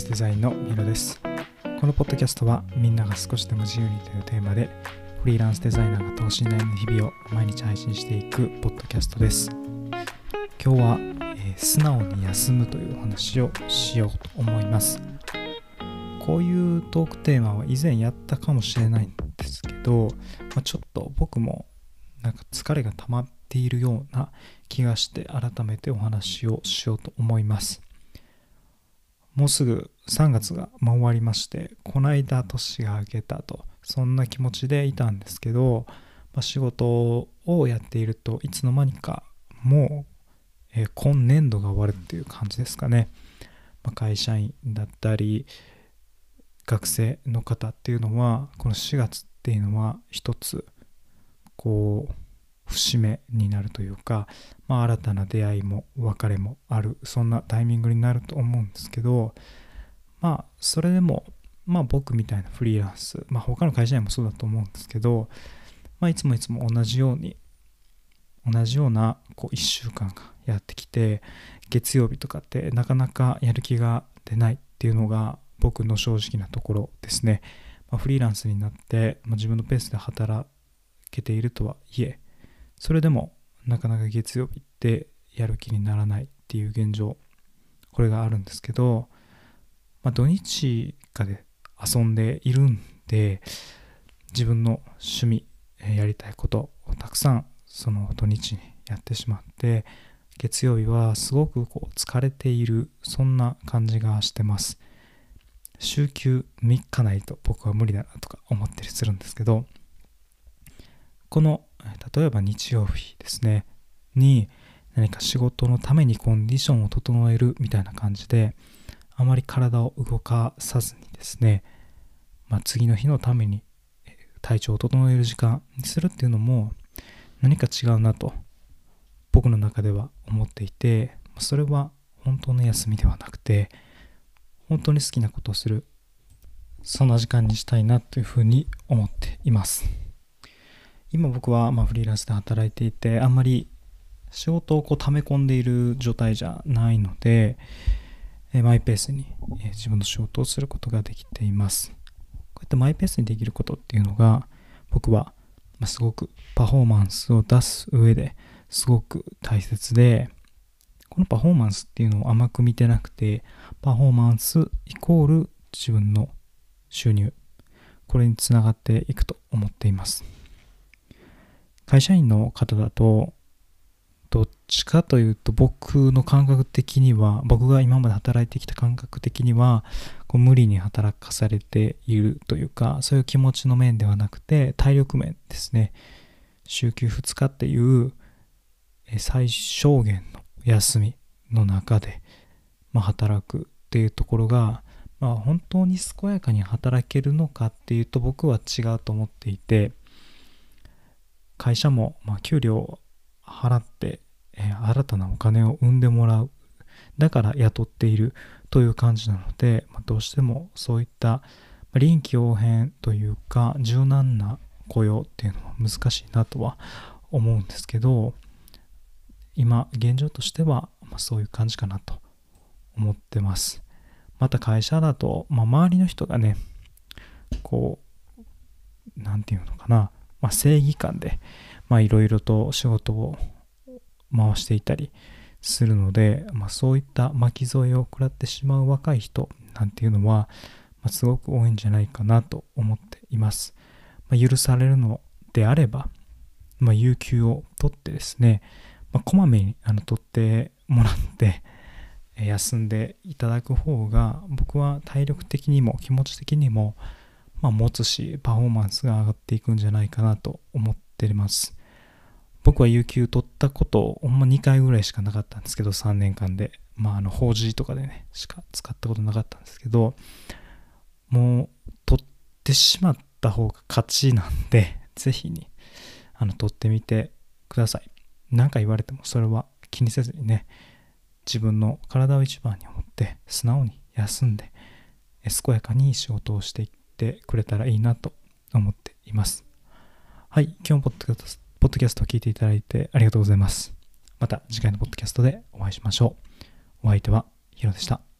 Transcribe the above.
スデザインのミロです。このポッドキャストはみんなが少しでも自由にというテーマでフリーランスデザイナーが等身大の日々を毎日配信していくポッドキャストです。今日は、素直に休むというお話をしようと思います。こういうトークテーマは以前やったかもしれないんですけど、ちょっと僕も疲れが溜まっているような気がして改めてお話をしようと思います。もうすぐ3月が終わりまして、この間年が明けたと、そんな気持ちでいたんですけど、仕事をやっているといつの間にかもう、今年度が終わるっていう感じですかね。会社員だったり学生の方っていうのはこの4月っていうのは一つ節目になるというか、新たな出会いも別れもある、そんなタイミングになると思うんですけど、それでも僕みたいなフリーランス、他の会社員もそうだと思うんですけど、いつも同じような1週間がやってきて、月曜日とかってなかなかやる気が出ないっていうのが僕の正直なところですね。フリーランスになって、自分のペースで働けているとはいえ、それでもなかなか月曜日ってやる気にならないっていう現状、これがあるんですけど、土日かで遊んでいるんで、自分の趣味、やりたいことをたくさんその土日にやってしまって、月曜日はすごく疲れている、そんな感じがしてます。週休3日ないと僕は無理だなとか思ったりするんですけど、この例えば日曜日ですねに何か仕事のためにコンディションを整えるみたいな感じで、あまり体を動かさずにですね、次の日のために体調を整える時間にするっていうのも何か違うなと僕の中では思っていて、それは本当の休みではなくて、本当に好きなことをする、そんな時間にしたいなというふうに思っています。今僕はフリーランスで働いていて、あんまり仕事を溜め込んでいる状態じゃないので、マイペースに自分の仕事をすることができています。こうやってマイペースにできることっていうのが、僕はすごくパフォーマンスを出す上ですごく大切で、このパフォーマンスっていうのを甘く見てなくて、パフォーマンスイコール自分の収入、これにつながっていくと思っています。会社員の方だとどっちかというと、僕の感覚的には、僕が今まで働いてきた感覚的には無理に働かされているというか、そういう気持ちの面ではなくて体力面ですね。週休2日っていう最小限の休みの中で働くっていうところが、本当に健やかに働けるのかっていうと僕は違うと思っていて、会社も給料を払って新たなお金を生んでもらう、だから雇っているという感じなので、どうしてもそういった臨機応変というか柔軟な雇用っていうのは難しいなとは思うんですけど、今現状としてはそういう感じかなと思ってます。また会社だと、周りの人がね、なんていうのかな、正義感でいろいろと仕事を回していたりするので、そういった巻き添えを食らってしまう若い人なんていうのは、すごく多いんじゃないかなと思っています。許されるのであれば、有給を取ってですね、こまめに取ってもらって休んでいただく方が、僕は体力的にも気持ち的にも持つし、パフォーマンスが上がっていくんじゃないかなと思っています。僕は有給取ったこと2回ぐらいしかなかったんですけど、3年間で法事とかでねしか使ったことなかったんですけど、もう取ってしまった方が勝ちなんで、ぜひに取ってみてください。何か言われてもそれは気にせずにね、自分の体を一番に思って素直に休んで健やかに仕事をしていってくれたらいいなと思っています。はい、今日もポッドキャストを聞いていただいてありがとうございます。また次回のポッドキャストでお会いしましょう。お相手はヒロでした。